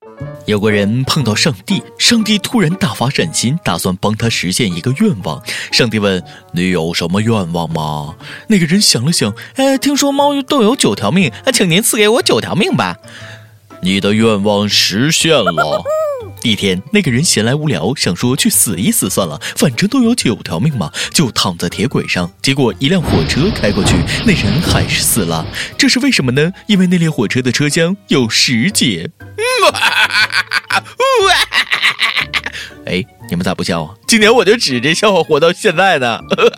有个人碰到上帝，上帝突然大发善心，打算帮他实现一个愿望。上帝问：你有什么愿望吗？那个人想了想，听说猫都有9条命，请您赐给我9条命吧。你的愿望实现了。一天，那个人闲来无聊，想说去死一死算了，反正都有9条命嘛，就躺在铁轨上。结果一辆火车开过去，那人还是死了。这是为什么呢？因为那列火车的车厢有10节。你们咋不笑啊？今年我就指这笑话活到现在呢。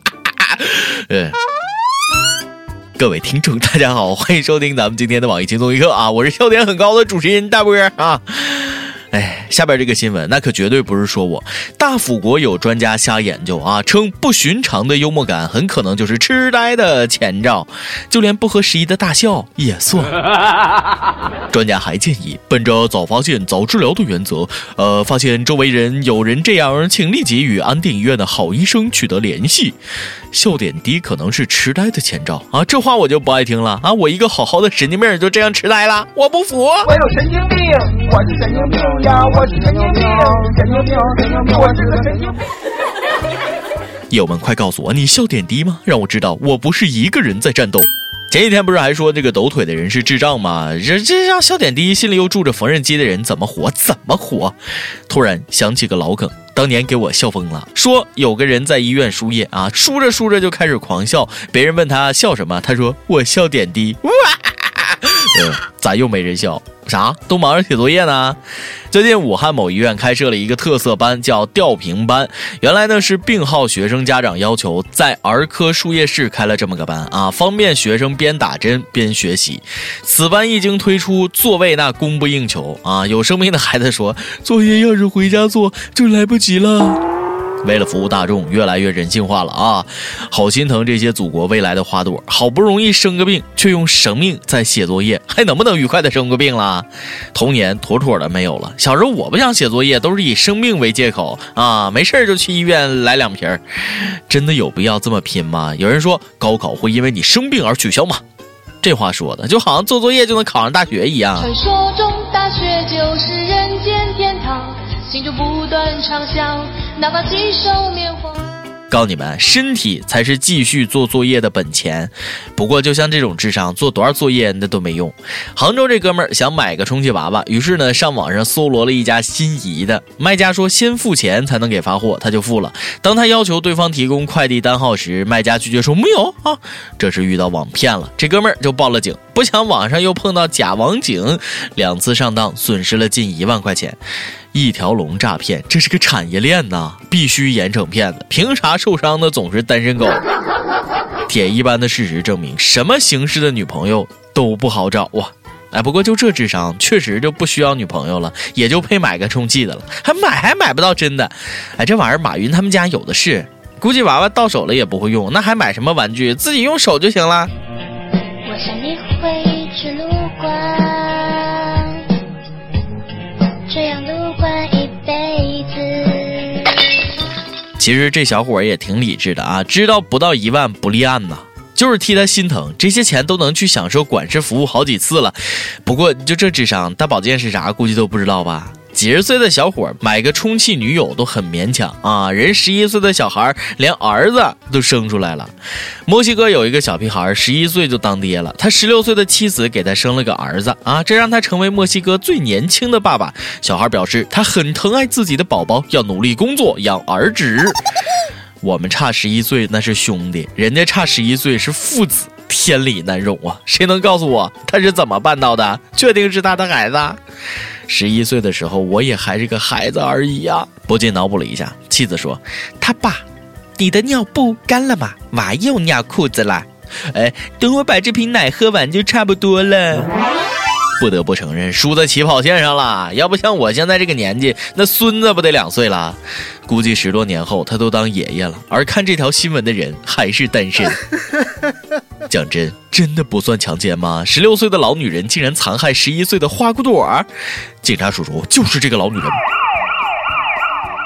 各位听众大家好，欢迎收听咱们今天的网易轻松一刻啊，我是笑点很高的主持人大波啊。下边这个新闻那可绝对不是说我，大辅国有专家瞎研究啊，称不寻常的幽默感很可能就是痴呆的前兆，就连不合时宜的大笑也算。专家还建议，本着早发现早治疗的原则，发现周围有人这样，请立即与安定医院的好医生取得联系。笑点低可能是痴呆的前兆啊，这话我就不爱听了啊！我一个好好的神经病就这样痴呆了，我不服！ 我有神经病，我是神经病呀，我是神经病，神经病，神经病，我是个神经病。 友们快告诉我，你笑点低吗？让我知道我不是一个人在战斗。前几天不是还说这个抖腿的人是智障吗？这让笑点低心里又住着缝纫机的人怎么活？突然想起个老梗，当年给我笑疯了。说有个人在医院输液啊，输着就开始狂笑，别人问他笑什么，他说我笑点低。咋又没人笑？啥？都忙着写作业呢？最近武汉某医院开设了一个特色班，叫吊瓶班。原来呢是病号学生家长要求，在儿科输液室开了这么个班啊，方便学生边打针边学习。此班一经推出，座位那供不应求啊！有生病的孩子说，作业要是回家做就来不及了。为了服务大众，越来越人性化了啊！好心疼这些祖国未来的花朵，好不容易生个病，却用生命在写作业，还能不能愉快的生个病了？童年妥妥的没有了。小时候我不想写作业，都是以生病为借口啊，没事就去医院来2瓶。真的有必要这么拼吗？有人说高考会因为你生病而取消吗？这话说的就好像做作业就能考上大学一样。 传说中大学就是人间天堂，心中不断畅想，哪怕几首棉花。 告诉你们，身体才是继续做作业的本钱。不过就像这种智商，做多少作业那都没用。杭州这哥们儿想买个充气娃娃，于是呢上网上搜罗了一家心仪的，卖家说先付钱才能给发货，他就付了。当他要求对方提供快递单号时，卖家拒绝说没有啊。这是遇到网骗了，这哥们儿就报了警。不想网上又碰到假网警，2次上当，损失了近1万块钱。一条龙诈骗，这是个产业链呐，必须严惩骗子。凭啥受伤的总是单身狗？铁一般的事实证明，什么形式的女朋友都不好找啊！不过就这智商，确实就不需要女朋友了，也就配买个充气的了，还买不到真的。这玩意儿马云他们家有的是，估计娃娃到手了也不会用，那还买什么玩具？自己用手就行了。 我想你会一直路过，这样路过一辈子。 其实这小伙也挺理智的啊，知道不到1万不立案呐，就是替他心疼，这些钱都能去享受管事服务好几次了。不过就这智商，大保健是啥估计都不知道吧。几十岁的小伙买个充气女友都很勉强啊，人11岁的小孩连儿子都生出来了。墨西哥有一个小屁孩11岁就当爹了，他16岁的妻子给他生了个儿子啊，这让他成为墨西哥最年轻的爸爸。小孩表示他很疼爱自己的宝宝，要努力工作养儿子。我们差11岁那是兄弟，人家差11岁是父子，天理难容啊！谁能告诉我他是怎么办到的？确定是他的孩子？11岁的时候我也还是个孩子而已呀。不禁脑补了一下，妻子说：他爸，你的尿布干了吗？娃又尿裤子了。等我把这瓶奶喝完就差不多了。不得不承认输在起跑线上了，要不像我现在这个年纪，那孙子不得2岁了，估计10多年后他都当爷爷了，而看这条新闻的人还是单身。讲真的不算强奸吗？16岁的老女人竟然残害11岁的花骨朵。警察叔叔就是这个老女人。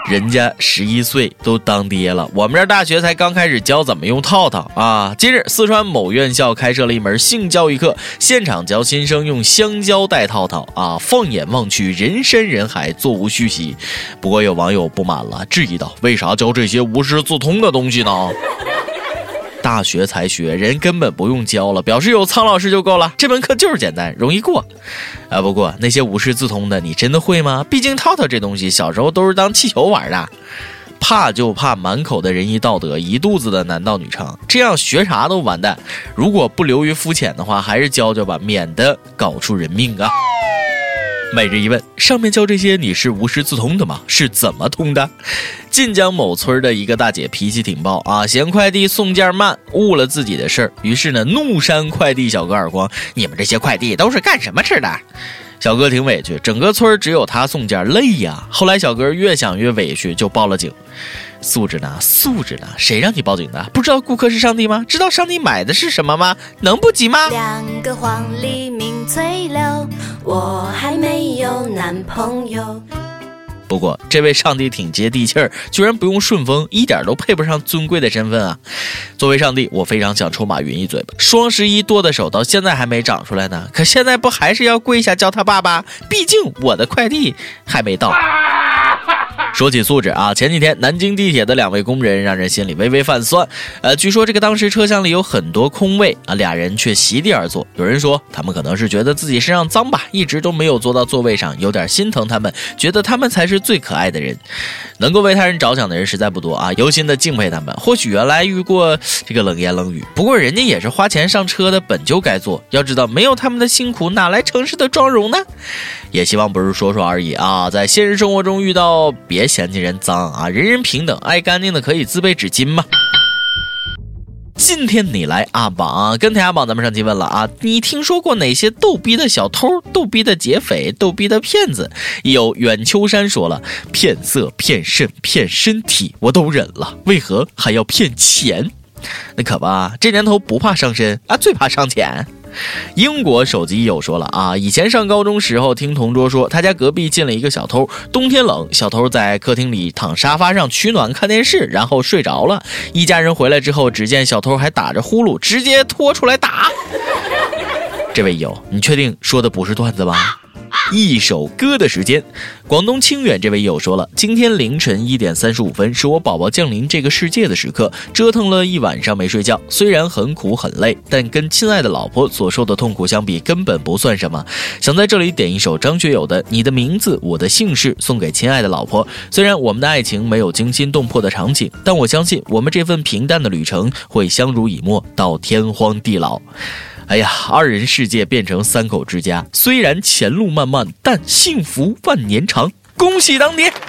人家11岁都当爹了，我们这大学才刚开始教怎么用套套啊！近日，四川某院校开设了一门性教育课，现场教新生用香蕉戴套套啊，放眼望去，人山人海，座无虚席。不过有网友不满了，质疑道：为啥教这些无师自通的东西呢？大学才学，人根本不用教了，表示有苍老师就够了。这门课就是简单，容易过。不过那些无师自通的，你真的会吗？毕竟套套这东西，小时候都是当气球玩的。怕就怕满口的仁义道德，一肚子的男盗女娼，这样学啥都完蛋。如果不流于肤浅的话，还是教教吧，免得搞出人命啊。每日一问，上面教这些你是无师自通的吗？是怎么通的？晋江某村的一个大姐脾气挺暴啊，嫌快递送件慢，误了自己的事儿，于是呢怒扇快递小哥耳光，你们这些快递都是干什么吃的？小哥挺委屈，整个村只有他送件，累呀。后来小哥越想越委屈，就报了警。素质呢？素质呢？谁让你报警的？不知道顾客是上帝吗？知道上帝买的是什么吗？能不急吗？ 2个黄鹂鸣翠柳，我还没有男朋友。 不过这位上帝挺接地气儿，居然不用顺风，一点都配不上尊贵的身份啊！作为上帝，我非常想抽马云一嘴巴。双11剁的手到现在还没长出来呢，可现在不还是要跪下叫他爸爸？毕竟我的快递还没到。说起素质啊，前几天南京地铁的2位工人让人心里微微泛酸。据说这个当时车厢里有很多空位啊，俩人却席地而坐。有人说他们可能是觉得自己身上脏吧，一直都没有坐到座位上，有点心疼他们，觉得他们才是最可爱的人。能够为他人着想的人实在不多啊，由心的敬佩他们。或许原来遇过这个冷言冷语，不过人家也是花钱上车的，本就该坐。要知道没有他们的辛苦，哪来城市的妆容呢？也希望不是说说而已啊，在现实生活中遇到别嫌弃人脏啊，人人平等，爱干净的可以自备纸巾嘛。今天你来阿榜，跟帖阿榜咱们上期问了啊，你听说过哪些逗逼的小偷、逗逼的劫匪、逗逼的骗子？有远秋山说了，骗色、骗肾、骗身体我都忍了，为何还要骗钱？那可吧，这年头不怕伤身啊，最怕伤钱。英国手机友说了啊，以前上高中时候听同桌说，他家隔壁进了一个小偷，冬天冷，小偷在客厅里躺沙发上取暖看电视，然后睡着了。一家人回来之后，只见小偷还打着呼噜，直接拖出来打。这位友，你确定说的不是段子吗？一首歌的时间，广东清远这位友说了，今天凌晨1点35分是我宝宝降临这个世界的时刻，折腾了一晚上没睡觉，虽然很苦很累，但跟亲爱的老婆所受的痛苦相比根本不算什么。想在这里点一首张学友的《你的名字我的姓氏》送给亲爱的老婆，虽然我们的爱情没有惊心动魄的场景，但我相信我们这份平淡的旅程会相濡以沫到天荒地老。哎呀，2人世界变成3口之家，虽然前路漫漫，但幸福万年长，恭喜当爹！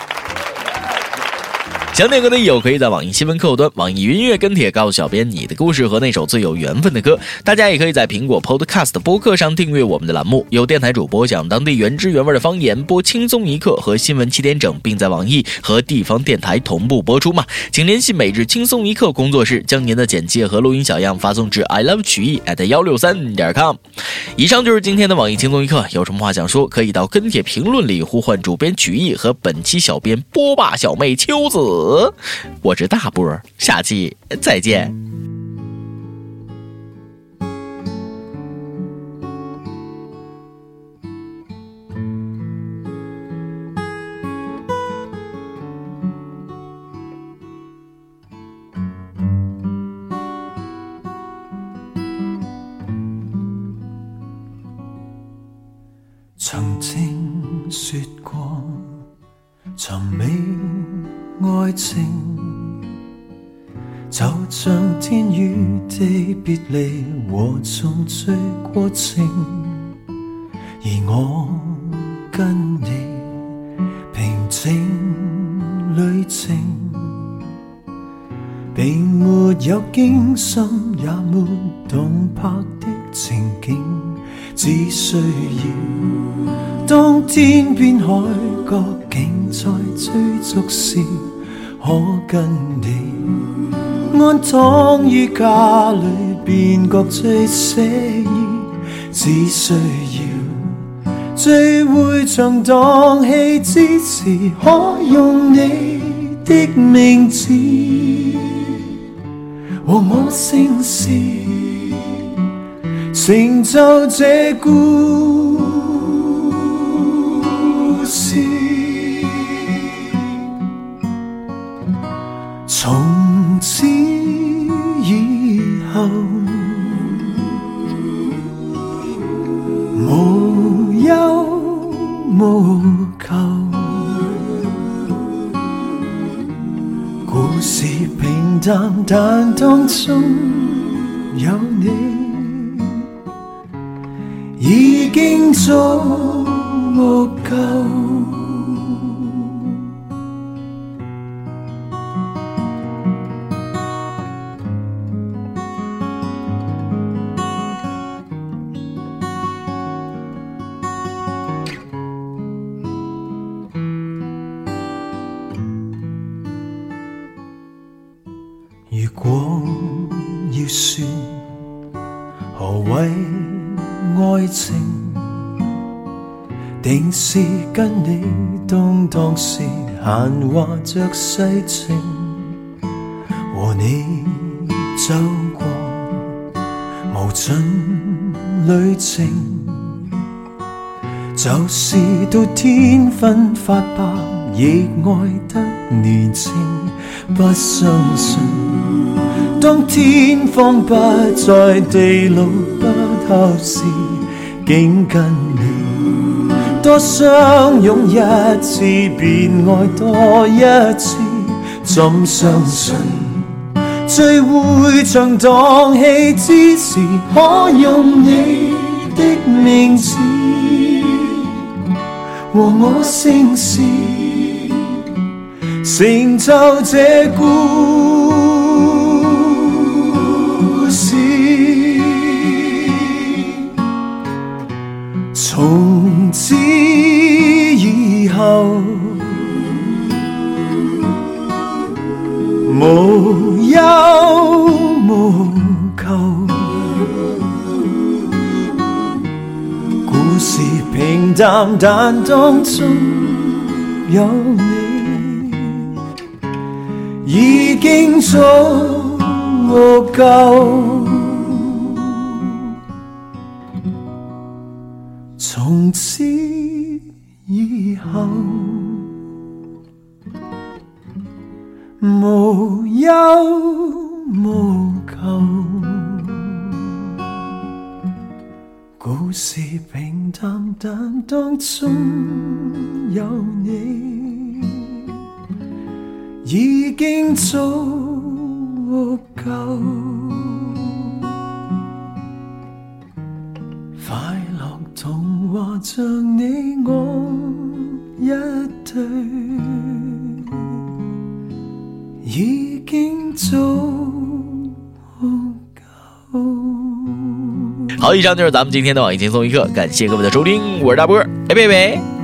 想点歌的友可以在网易新闻客户端、网易云音乐跟帖告诉小编你的故事和那首最有缘分的歌。大家也可以在苹果 Podcast 播客上订阅我们的栏目，有电台主播讲当地原汁原味的方言，播轻松一刻和新闻7点整，并在网易和地方电台同步播出嘛。请联系每日轻松一刻工作室，将您的简介和录音小样发送至 iLoveChüyi@163.com。以上就是今天的网易轻松一刻，有什么话想说，可以到跟帖评论里呼唤主编曲艺和本期小编波霸小妹秋子。我是大波，下期再见。 曾經說過尋覓愛情，就像天與地別離和重聚過程，而我跟你平靜旅程，並沒有驚心也沒動魄的情景，只需要當天邊海角竟在追逐時，可跟你安躺於家裏便覺最寫意，只需要聚會場蕩氣之時，可用你的名字和我姓氏，成就這故事。從此以後，無憂無求，故事平淡，但當中有你，已經足夠。如果要說何謂愛情，定是跟你當時閒話着世情，和你走過無盡旅程，就是到天昏發白亦愛得年輕。不相信當天荒不再，地老不透時，竟跟你多相擁一次，便愛多一次。怎相信最會場蕩氣之時，可用你的名字和我姓氏，成就這故事。從此以後，無憂無求，故事平淡，但當中有你，已經足夠。從此以後，無憂無求，故事平淡，但當中有你，已經足夠。快樂童話像你我一對，已經足夠。 好，以上就是咱们今天的网易轻松一刻，感谢各位的收听，我是大波，拜拜。